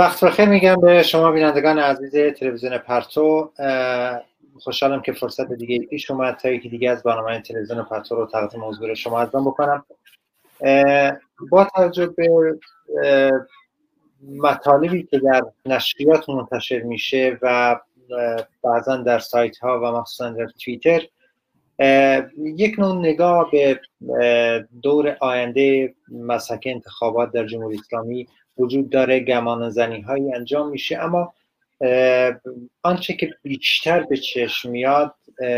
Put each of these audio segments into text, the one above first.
وقت بخیر میگم به شما بینندگان عزیز تلویزیون پرتو. خوشحالم که فرصت دیگه پیش اومد تا یکی دیگه از برنامه تلویزیون پرتو رو تقدیم حضور شما عرض بکنم. با توجه به مطالبی که در نشریات منتشر میشه و بعضا در سایت ها و مخصوصا در توییتر، یک نوع نگاه به دور آینده مسلک انتخابات در جمهوری اسلامی وجود داره. گمانه‌زنی هایی انجام میشه، اما آنچه که بیشتر به چشم میاد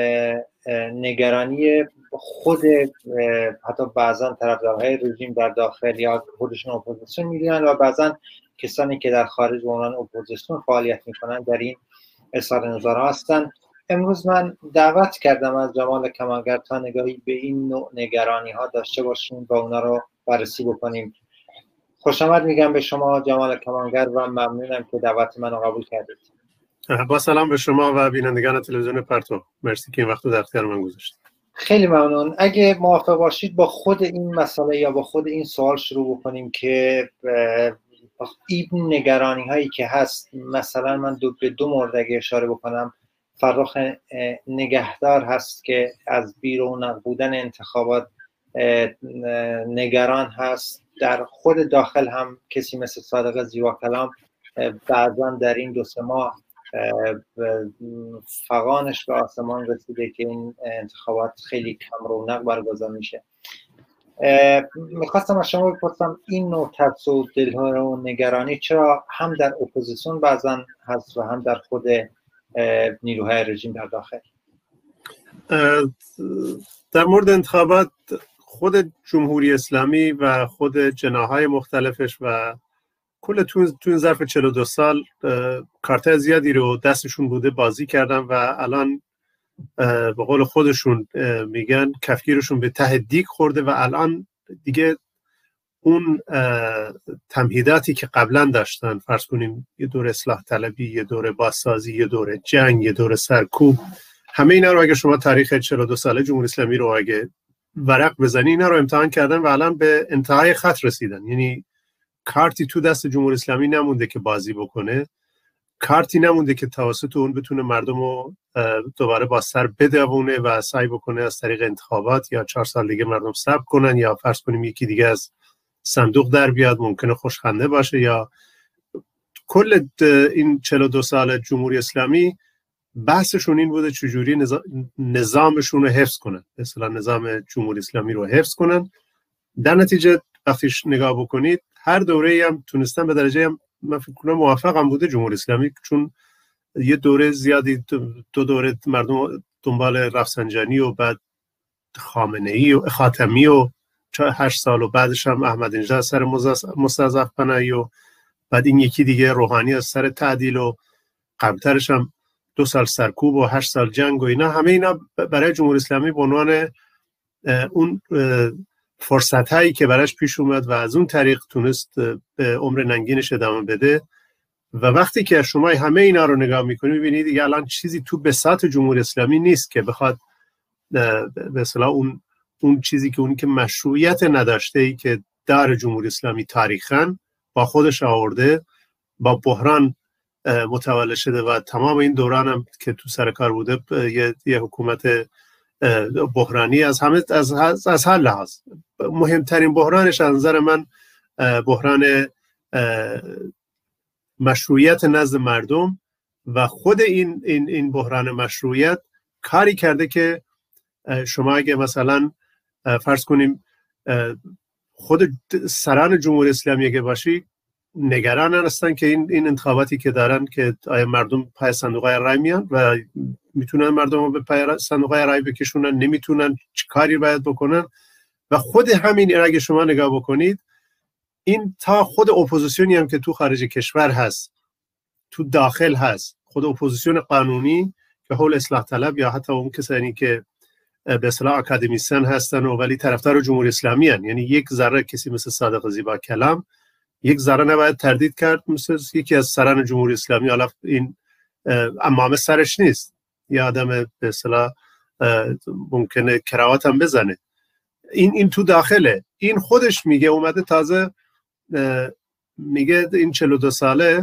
نگرانی خود حتی بعضا طرفدارهای رژیم در داخل یا خودشون اپوزیسیون میدونن و بعضا کسانی که در خارج به عنوان اپوزیسیون فعالیت میکنن در این اظهار نظرها هستن. امروز من دعوت کردم از جمال کمانگر تا نگاهی به این نوع نگرانی ها داشته باشیم و اونا رو بررسی بکنیم. خوش آمد میگم به شما جمال کمانگر و ممنونم که دعوت من رو قبول کردید. با سلام به شما و بینندگان تلویزیون پرتو. مرسی که این وقت رو در اختیار من گذاشتید. خیلی ممنون. اگه موافق باشید با خود این مسئله یا با خود این سوال شروع بکنیم که این نگرانی هایی که هست، مثلا من به دو مورد اگه اشاره بکنم. فرخ نگهدار هست که از بیرون بودن انتخابات نگران هست. در خود داخل هم کسی مثل صادق زیبا کلام بعضا در این 2-3 ماه فغانش به آسمان رسیده که این انتخابات خیلی کم رونق برگزار میشه. میخواستم از شما بپرسم این نوع ترس و دلهره و نگرانی چرا هم در اپوزیسیون بعضا هست و هم در خود نیروهای رژیم در داخل؟ در مورد انتخابات خود جمهوری اسلامی و خود جناح‌های مختلفش و کل تو این ظرف 42 سال کارت زیادی رو دستشون بوده بازی کردن و الان به قول خودشون میگن کفگیرشون به ته دیگ خورده و الان دیگه اون تمهیداتی که قبلا داشتن، فرض کنیم یه دور اصلاح طلبی، یه دور بازسازی، یه دور جنگ، یه دور سرکوب، همه اینا رو اگه شما تاریخ 42 ساله جمهوری اسلامی رو اگه ورق بزنی اینا رو امتحان کردن و الان به انتهای خط رسیدن. یعنی کارتی تو دست جمهوری اسلامی نمونده که بازی بکنه، کارتی نمونده که توسط اون بتونه مردم رو دوباره با سر بدوونه و سعی بکنه از طریق انتخابات یا 4 سال دیگه مردم صبر کنن یا فرض کنیم یکی دیگه از صندوق در بیاد، ممکنه خوشخنده باشه. یا کل این 42 سال جمهوری اسلامی بحثشون این بوده چجوری نظامشون رو حفظ کنن، مثلا نظام جمهوری اسلامی رو حفظ کنن. در نتیجه وقتیش نگاه بکنید هر دوره‌ای هم تونستن به درجه هم من فکر کنم موفق هم بوده جمهوری اسلامی، چون یه دوره زیادی 2 دوره مردم دنبال رفسنجانی و بعد خامنه‌ای و خاتمی و 8 سال و بعدش هم احمدی نژاد سر مستضعف پناهی و بعد این یکی دیگه روحانی از سر تعدیل و قبلترش هم 2 سال سرکوب و 8 سال جنگ و اینا. همه اینا برای جمهوری اسلامی به عنوان اون فرصت هایی که براش پیش اومد و از اون طریق تونست به عمر ننگینش ادامه بده. و وقتی که شما همه اینا رو نگاه میکنید میبینید دیگه الان چیزی تو بساط جمهوری اسلامی نیست که بخواد به اصطلاح اون چیزی که اون که مشروعیت نداشته ای که دار جمهوری اسلامی تاریخاً با خودش آورده، با بحران متولد شده و تمام این دوران هم که تو سر کار بوده یه حکومت بحرانی از هر لحاظ. مهمترین بحرانش از نظر من بحران مشروعیت نزد مردم و خود این بحران مشروعیت کاری کرده که شما اگه مثلا فرض کنیم خود سران جمهوری اسلامی اگه باشی نگران هستن که این انتخاباتی که دارن که آیا مردم پای صندوق‌های رای میان و میتونن مردم رو به پای صندوق‌های رای بکشونن، نمیتونن چه کاری باید بکنن. و خود همین اگه شما نگاه بکنید این تا خود اپوزیسیونی هم که تو خارج کشور هست تو داخل هست، خود اپوزیسیون قانونی که حول اصلاح طلب یا حتی اون کسانی که به اصطلاح اکادمیسن هستن و ولی طرفدار جمهوری اسلامی هستن، یعنی یک ذره کسی مثل صادق زیبا کلام یک ذره نباید تردید کرد مثل یکی از سران جمهوری اسلامی، حالا این امامه سرش نیست، یه آدم به اصطلاح ممکنه کراوات هم بزنه، این تو داخله. این خودش میگه اومده تازه میگه این 42 ساله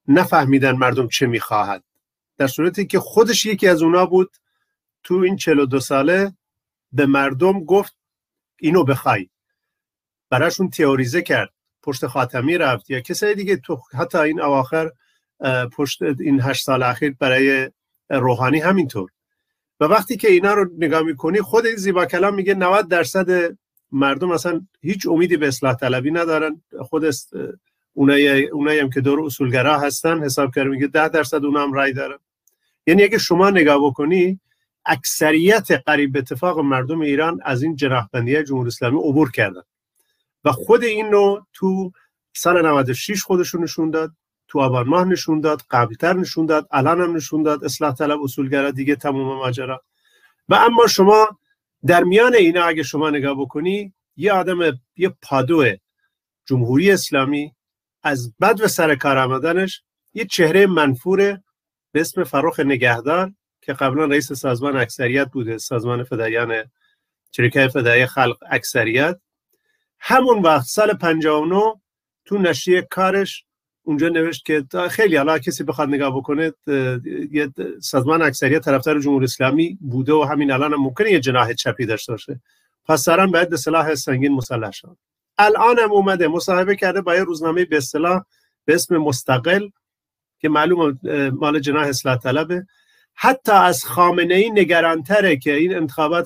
نفهمیدن مردم چه میخواهد، در صورتی که خودش یکی از اونا بود تو این 42 ساله به مردم گفت اینو بخوای، براشون تئوریزه کرد، پشت خاتمی رفت یا کسای دیگه، تو حتی این اواخر پشت این 8 سال اخیر برای روحانی همینطور. و وقتی که اینا رو نگاه میکنی، خود این زیبا کلام میگه 90% مردم اصلا هیچ امیدی به اصلاح طلبی ندارن. خود اونایی هم که دور اصولگرا هستن حساب کرده میگه 10% اونا هم رای دارن. یعنی اگه شما نگاه بکنی اکثریت قریب به اتفاق مردم ایران از این جناحبندی جمهوری اسلامی عبور کردن و خود اینو تو سال 96 خودشون نشون داد، تو آبان ماه نشون داد، قبلتر نشون داد، الان هم نشون داد. اصلاح طلب اصولگرا دیگه تمام ماجرا. و اما شما در میان اینا اگه شما نگاه بکنی، یه پادو جمهوری اسلامی از بد و سر کار آمدنش یه چهره منفور به اسم فرخ نگهدار که قبلا رئیس سازمان اکثریت بوده، سازمان فدایان شریکه فدایی خلق اکثریت، همون وقت سال 59 تو نشریه کارش اونجا نوشت که خیلی حالا کسی بخواد نگاه بکنه یه سازمان اکثریت طرفدار جمهوری اسلامی بوده و همین الان هم ممکنه یه جناح چپی داشته باشه، پس سران باید به سلاح سنگین مسلح شد. الان هم اومده مصاحبه کرده با یه روزنامه به اصطلاح به اسم مستقل که معلومه مال جناح اصلاح طلبه. حتی از خامنه‌ای نگرانتره که این انتخابات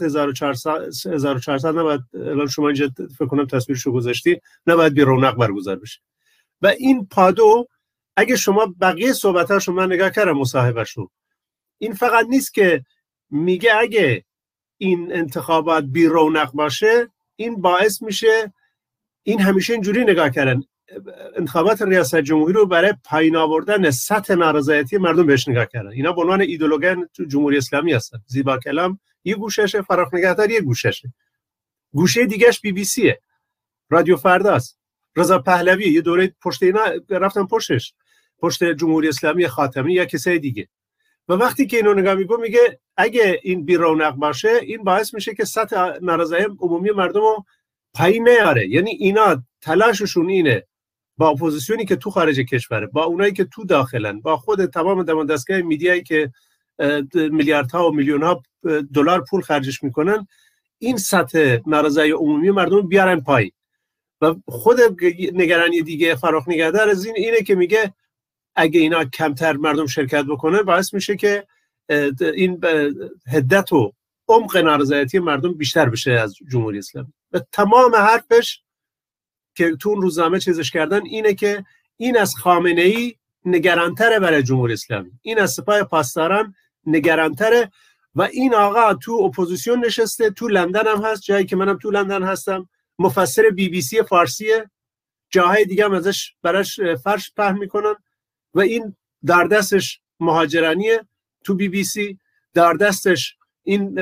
1400 نباید، الان شما اینجا فکر کنم تصویرشو گذاشتی، نباید بی رونق برگزار بشه. و این پادو اگه شما بقیه صحبتاشو من نگاه کردم مصاحبهشو، این فقط نیست که میگه اگه این انتخابات بی رونق باشه این باعث میشه، این همیشه اینجوری نگاه کردن انتخابات ریاست جمهوری رو برای پایین آوردن سطح نارضایتی مردم بهش نگاه کردن. اینا به عنوان ایدئولوژن تو جمهوری اسلامی هستن. زیبا کلام یه گوششه، فراخ نگهدار یه گوششه، گوشه دیگهش بی بی سیه، رادیو فرداست، رضا پهلوی یه دوره پشت اینا رفتن پشت جمهوری اسلامی خاتمی یا کسای دیگه. و وقتی که اینو نگاه میگه میگه اگه این بی رونق باشه این باعث میشه که سطح نارضایتی عمومی مردم رو پایین نیاره. یعنی اینا تلاششون اینه با اپوزیسیونی که تو خارج کشوره، با اونایی که تو داخلن، با خود تمام دستگاه میدیایی که میلیاردها و میلیونها دلار پول خرجش میکنن، این سطح نارضایی عمومی مردم بیارن پایین. و خود نگرانی دیگه فراخ نگهدار از اینه که میگه اگه اینا کمتر مردم شرکت بکنه باعث میشه که این حدت و عمق نارضایتی مردم بیشتر بشه از جمهوری اسلامی. و تمام حرفش که تو اون روزنامه چیزش کردن اینه که این از خامنه‌ای نگرانتره برای جمهوری اسلامی، این از سپاه پاسداران نگرانتره. و این آقا تو اپوزیسیون نشسته، تو لندن هم هست، جایی که منم تو لندن هستم، مفسر بی بی سی فارسیه، جاهای دیگه هم ازش براش فرش پهن میکنن. و این در دستش مهاجرانیه تو بی بی سی، در دستش این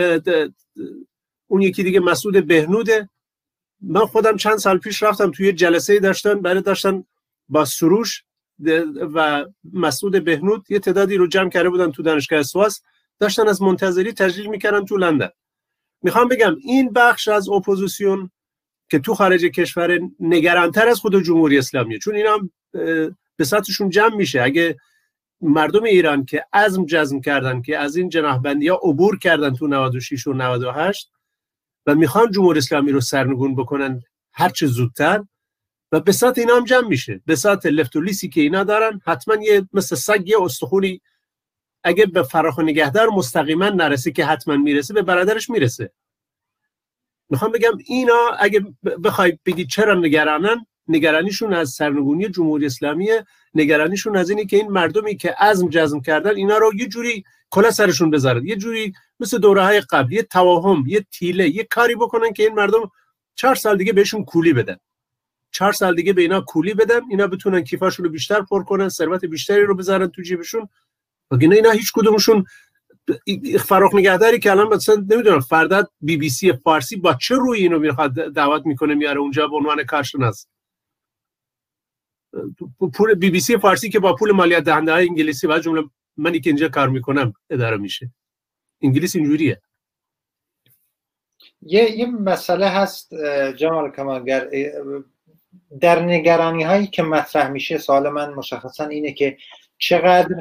اون یکی دیگه مسعود بهنوده. من خودم چند سال پیش رفتم توی جلسه داشتن با سروش و مسعود بهنود یه تعدادی رو جمع کرده بودن تو دانشگاه سواز، داشتن از منتظری تجلیل میکردن تو لندن. میخوام بگم این بخش از اپوزیسیون که تو خارج کشور نگرانتر از خود جمهوری اسلامیه، چون اینا به سطحشون جمع میشه. اگه مردم ایران که عزم جزم کردن که از این جناحبندی ها عبور کردن تو 96 و 98 و میخوان جمهوری اسلامی رو سرنگون بکنن هر چه زودتر، و به سطح اینا هم جمع میشه، به سطح لفت و لیسی که اینا دارن، حتما یه مثل سگ یه استخونی اگه به فراخ نگهدار مستقیما نرسه که حتما میرسه، به برادرش میرسه. میخوام بگم اینا اگه بخوای بگی چرا نگرانن، نگرانیشون از سرنگونی جمهوری اسلامی، نگرانیشون از اینه که این مردمی که عزم جزم کردن اینا رو یه جوری کلا سرشون بذارن، یه جوری مثل دوره‌های قبل یه توهم، یه تیله، یه کاری بکنن که این مردم 4 سال دیگه بهشون کولی بدن، 4 سال دیگه به اینا کولی بدن، اینا بتونن کیفاشون رو بیشتر پر کنن، ثروت بیشتری رو بذارن تو جیبشون. وگرنه اینا هیچ کدومشون فراخ نگهداری که الان مثلا نمیدونم فرداد بی بی سی فارسی با چه روی اینو میخواد دعوت میکنه میاره اونجا به عنوان کارشناس، پول بی بی سی فارسی که با پول مالیات دهنده های انگلیسی و جمله منی که اینجا کار میکنم اداره میشه. انگلیس اینجوریه. یه مسئله هست جمال کمالگر، در نگرانی هایی که مطرح میشه، سوال من مشخصا اینه که چقدر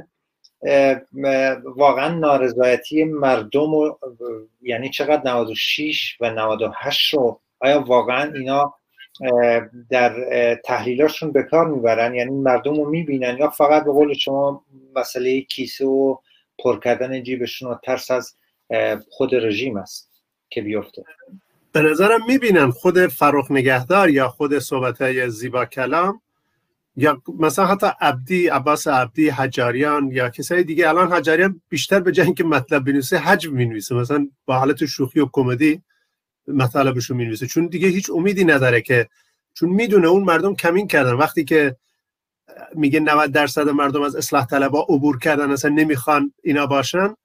واقعا نارضایتی مردم و یعنی چقدر 96 و 98 رو آیا واقعا اینا در تحلیلاشون به کار میبرن، یعنی مردم رو میبینن، یا فقط به قول شما مسئله کیسه و پر کردن جیبشون و ترس از خود رژیم است که بیفته؟ به نظرم میبینن خود فروخ نگهدار یا خود صحبت‌های زیبا کلام یا مثلا حتی عباس عبدی، حجاریان یا کسای دیگه. الان حجاریان بیشتر به جای اینکه مطلب بنویسه حجم مینویسه، مثلا با حالت شوخی و کمدی مطالبشو مینویسه، چون دیگه هیچ امیدی نداره، که چون میدونه اون مردم کمین کردن. وقتی که میگه 90% مردم از اصلاح طلبها عبور کردن، اصلا نمیخوان اینا باشن،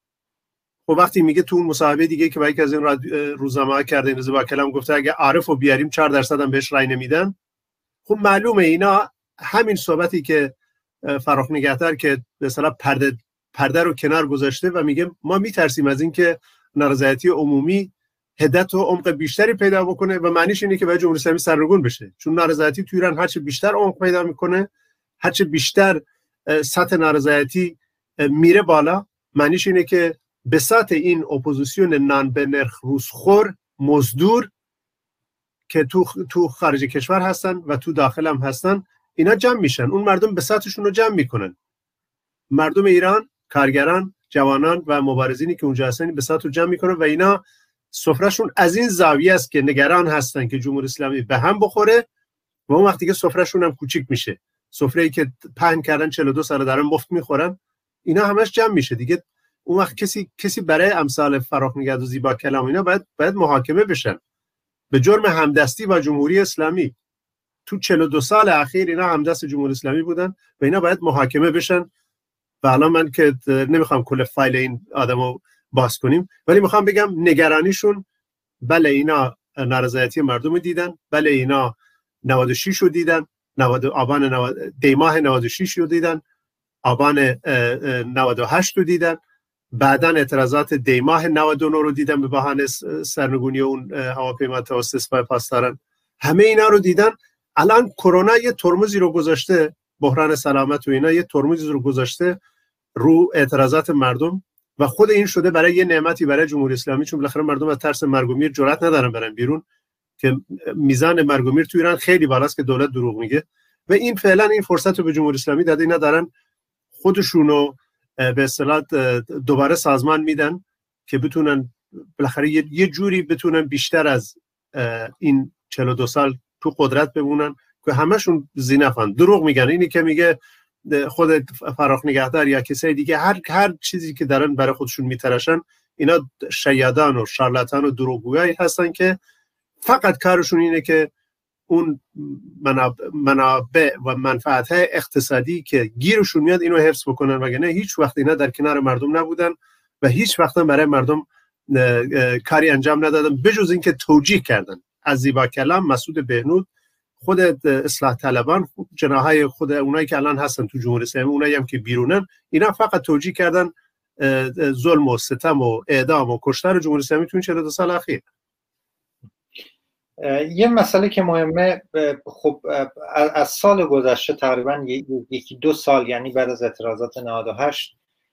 و وقتی میگه تو اون مصاحبه دیگه که با یکی از این روزنامه‌ها کرده، این زیبا کلام گفته اگه عارفو بیاریم 4% هم بهش رای نمیدن. خب معلومه اینا همین صحبتی که فراخ نگهدار که به اصطلاح پرده رو کنار گذاشته و میگه ما میترسیم از این که نارضایتی عمومی حدت و عمق بیشتری پیدا بکنه، و معنیش اینه که باید جمهوری اسلامی سرنگون بشه، چون نارضایتی تو ایران هرچه بیشتر عمق پیدا میکنه، هرچه بیشتر سطح نارضایتی میره بالا، معنیش اینه که بساط این اپوزیسیون نان به نرخ روزخور مزدور که تو خارج کشور هستن و تو داخل هم هستن، اینا جمع میشن، اون مردم بساطشون رو جمع میکنن. مردم ایران، کارگران، جوانان و مبارزینی که اونجا هستن بساط رو جمع میکنن و اینا سفرهشون از این زاویه است که نگران هستن که جمهوری اسلامی به هم بخوره، و اون وقتی که سفرهشون هم کوچیک میشه، سفره‌ای که پهن کردن 42 سال دارن مفت میخورن، اینا همش جمع میشه دیگه. اون وقت کسی برای امثال فراخ نگهدار و زیبا کلام اینا باید محاکمه بشن به جرم همدستی با جمهوری اسلامی. تو 42 سال اخیر اینا همدست جمهوری اسلامی بودن و اینا باید محاکمه بشن. و الان من که نمیخوام کل فایل این آدمو باز کنیم، ولی میخوام بگم نگرانیشون، بله اینا نارضایتی مردم رو دیدن، بله اینا 96 رو دیدن، دیماه 96 رو دیدن، آبان 98 رو دیدن، بعدن اعتراضات دیماه 99 رو دیدن به بهانه سرنگونی اون هواپیما توسط سپاه پاسداران، همه اینا رو دیدن. الان کرونا یه ترمزی رو گذاشته، بحران سلامت و اینا یه ترمزی رو گذاشته رو اعتراضات مردم، و خود این شده برای یه نعمتی برای جمهوری اسلامی، چون بالاخره مردم از ترس مرگ و میر جرئت ندارن برن بیرون، که میزان مرگ و میر تو ایران خیلی بالاست که دولت دروغ میگه، و این فعلا این فرصت رو به جمهوری اسلامی داده، اینا دارن خودشونو به اصطلاح دوباره سازمان میدن که بتونن بالاخره یه جوری بتونن بیشتر از این 42 سال تو قدرت بمونن، که همشون زینفن، دروغ میگن. اینی که میگه خود فراخ نگهدار یا کسای دیگه، هر چیزی که دارن برای خودشون میتراشن، اینا شیادان و شارلاتان و دروغگویایی هستن که فقط کارشون اینه که اون منابع و منفعت‌های اقتصادی که گیرشون میاد اینو حفظ بکنن، وگرنه هیچ وقت اینا در کنار مردم نبودن و هیچ وقت برای مردم کاری انجام ندادن، بجز اینکه توجیه کردن. از زیبا کلام، مسعود بهنود، خود اصلاح طلبان، جناحای خود اونایی که الان هستن تو جمهوری اسلامی، اونایی هم که بیرونن، اینا فقط توجیه کردن ظلم و ستم و اعدام و کشتار جمهوری اسلامی تو این 42 سال اخیر. یه مسئله که مهمه، خب از سال گذشته تقریبا یکی دو سال، یعنی بعد از اعتراضات 98،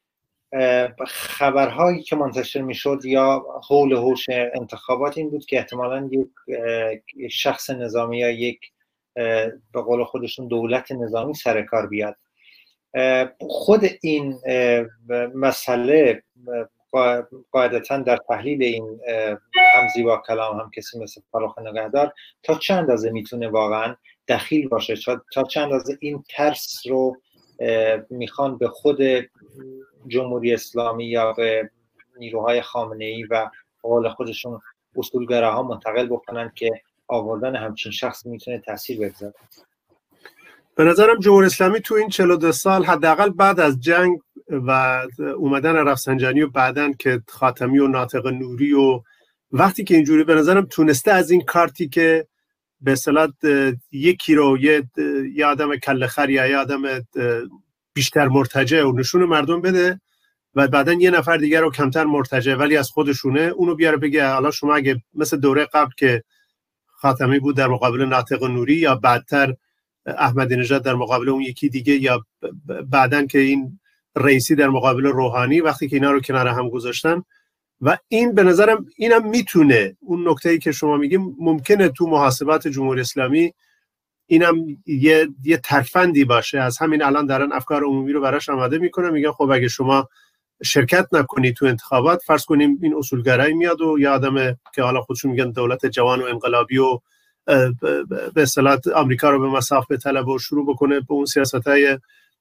خبرهایی که منتشر میشد یا حول و حوش انتخابات این بود که احتمالاً یک شخص نظامی یا یک به قول خودشون دولت نظامی سر کار بیاد. خود این مسئله قاعدتاً در تحلیل این هم زیبا کلام هم کسی مثل فراخ نگهدار تا چند اندازه میتونه واقعا دخیل باشه، تا چند اندازه این ترس رو میخوان به خود جمهوری اسلامی یا به نیروهای خامنه‌ای و قول خودشون اصولگراها منتقل بکنن که آوردن همچین شخص میتونه تاثیر بگذاره. به نظرم جمهوری اسلامی تو این 42 سال حداقل بعد از جنگ و اومدن رفسنجانی و بعدن که خاتمی و ناطق نوری و وقتی که اینجوری به نظرم تونسته از این کارتی که به اصطلاح یکی رو یه آدم کله‌خر یا یه آدم بیشتر مرتجع و نشون مردم بده و بعدن یه نفر دیگر رو کمتر مرتجع ولی از خودشونه، اونو بیاره بگه حالا شما اگه مثل دوره قبل که خاتمی بود در مقابل ناطق نوری یا بعدتر احمدی نژاد در مقابل اون یکی دیگه، یا بعدن که این رئیسی در مقابل روحانی، وقتی که اینا رو کنار هم گذاشتن. و این به نظرم اینم میتونه اون نکته‌ای که شما میگیم ممکنه تو محاسبات جمهوری اسلامی اینم یه ترفندی باشه. از همین الان دارن افکار عمومی رو براش آماده میکنن، میگن خب اگه شما شرکت نکنی تو انتخابات، فرض کنیم این اصولگرایی میاد و یه آدم که حالا خودشون میگن دولت جوان و انقلابی و به اصطلاح آمریکا رو به مصاف بطلبه و شروع بکنه به اون سیاست‌های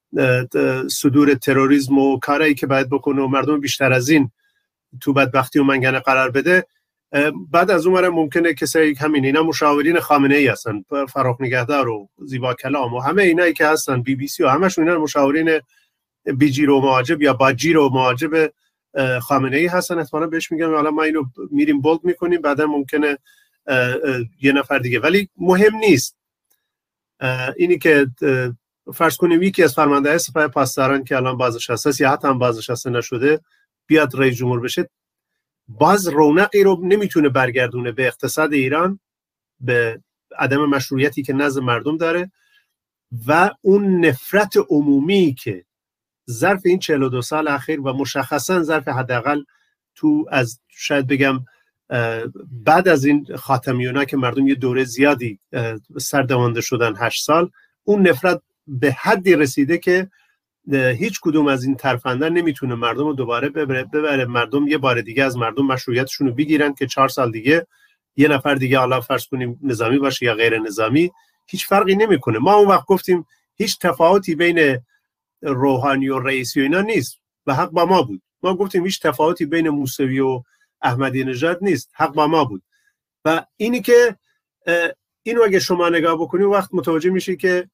صدور تروریسم و کارهایی که باید بکنه و مردم بیشتر از این تو بدبختی و منگنه قرار بده. بعد از اون ممکنه کسایی همین اینا مشاورین خامنه ای هستن، فراخ نگهدار و زیبا کلام و همه اینایی که هستن، بی بی سی و همشون اینا مشاورین بیجیر و مواجب یا باجیر و مواجب خامنه ای هستن. احتمالاً بهش میگم حالا ما اینو میریم بولد میکنیم، بعدا ممکنه یه نفر دیگه. ولی مهم نیست اینی که فرض کنیم یکی از فرماندهان سپاه پاسداران که الان بازنشسته است یا حتی هم بازنشسته نشده بیاد رئیس جمهور بشه، باز رونقی رو نمیتونه برگردونه به اقتصاد ایران، به عدم مشروعیتی که نزد مردم داره و اون نفرت عمومی که ظرف این 42 سال اخیر و مشخصا ظرف حداقل تو از شاید بگم بعد از این خاتمیونا که مردم یه دوره زیادی سردمانده شدن 8 سال، اون نفرت به حدی رسیده که هیچ کدوم از این ترفندان نمیتونه مردم رو دوباره ببره. مردم یه بار دیگه از مردم مشروعیتشون رو بگیرن که 4 سال دیگه یه نفر دیگه حالا فرض کنیم نظامی باشه یا غیر نظامی، هیچ فرقی نمیکنه. ما اون وقت گفتیم هیچ تفاوتی بین روحانی و رئیسی و اینا نیست و حق با ما بود. ما گفتیم هیچ تفاوتی بین موسوی و احمدی نژاد نیست، حق با ما بود. و اینی که اینو اگه شما نگاه بکنید وقت متوجه میشی که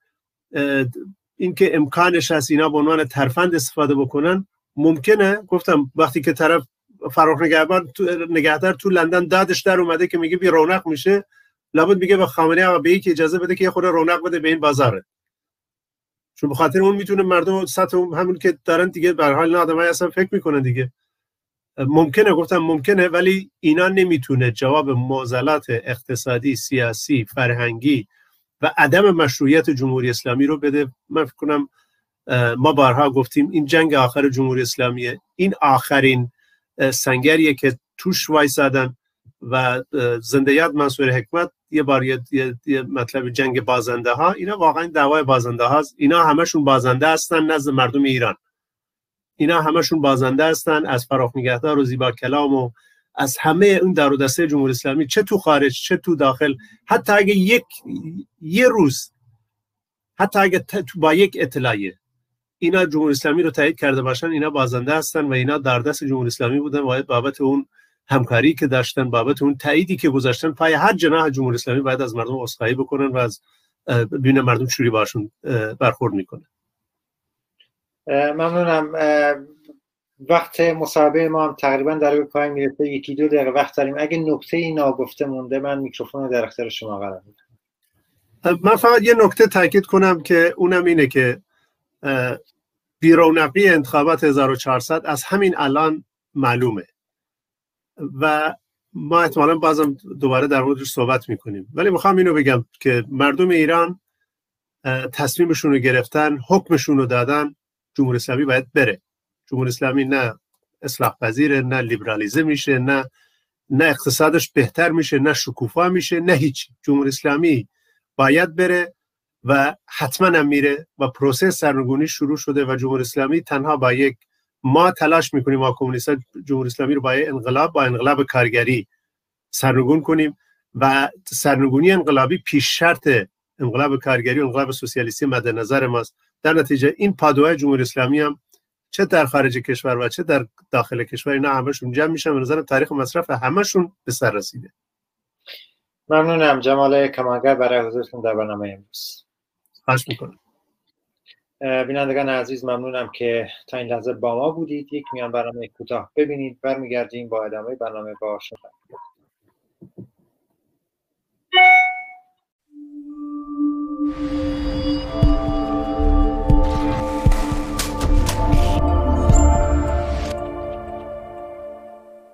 این که امکانش هست اینا به عنوان ترفند استفاده بکنن ممکنه. گفتم وقتی که طرف فراخ نگهدار تو لندن دادش در اومده که میگه بی رونق میشه، لابد میگه به خامنه ای به یکی اجازه بده که یه خورده رونق بده به این بازاره، چون به خاطر اون میتونه مردم سطح همون که دارن دیگه به هر حال آدمای اصلا فکر میکنن دیگه. ممکنه، گفتم ممکنه، ولی اینا نمیتونه جواب معضلات اقتصادی، سیاسی، فرهنگی و عدم مشروعیت جمهوری اسلامی رو بده. من فکر کنم ما بارها گفتیم این جنگ آخر جمهوری اسلامیه، این آخرین سنگریه که توش وایسادن و زنده یاد منصور حکمت یه بار یه مطلب جنگ بازنده ها، اینا واقعا دعوای بازنده هاست. اینا همشون بازنده هستن نزد مردم ایران، اینا همشون بازنده هستن از فراخ نگهدار و زیبا کلام و از همه اون دار و دسته جمهوری اسلامی، چه تو خارج چه تو داخل. حتی اگه یه روز، حتی اگه با یک اطلاعیه اینا جمهوری اسلامی رو تایید کرده باشن، اینا بازنده هستن و اینا در دست جمهوری اسلامی بودن و بابت اون همکاری که داشتن، بابت اون تاییدی که گذاشتن پای هر جناح جمهوری اسلامی باید از مردم عذرخواهی بکنن و از بین مردم چوری باشون برخورد میکنه. ممنونم. وقت مصاحبه ما هم تقریبا در پایان میرسه، 1-2 دقیقه وقت داریم. اگه نکته‌ای ناگفته مونده من میکروفون رو در اختیار شما قرار میدم. من فقط یه نکته تاکید کنم که اونم اینه که بی‌رونقی انتخابات 1400 از همین الان معلومه و ما احتمالاً بازم دوباره در موردش صحبت میکنیم، ولی میخوام اینو بگم که مردم ایران تصمیمشون رو گرفتن، حکمشون رو دادن، جمهوری اسلامی باید بره. جمهوری اسلامی نه اصلاح پذیره، نه لیبرالیزه میشه، نه اقتصادش بهتر میشه، نه شکوفا میشه، نه هیچ. جمهوری اسلامی باید بره و حتما هم میره و پروسه سرنگونی شروع شده و جمهوری اسلامی تنها با ما تلاش میکنیم، ما کمونیست‌ها جمهوری اسلامی رو با انقلاب کارگری سرنگون کنیم و سرنگونی انقلابی پیش شرط انقلاب کارگری و انقلاب سوسیالیستی مد نظر ماست. در نتیجه این پادوای جمهوری اسلامی هم چه در خارج کشور و چه در داخل کشور اینا همشون جمع میشن. به نظرم تاریخ مصرف همشون به سر رسیده. ممنونم جمال کمانگر برای حضورتون در برنامه امروز. خواهش میکنم. بینندگان عزیز ممنونم که تا این لحظه با ما بودید. یک میان برنامه کوتاه ببینید، برمیگردیم با ادامه برنامه با شما.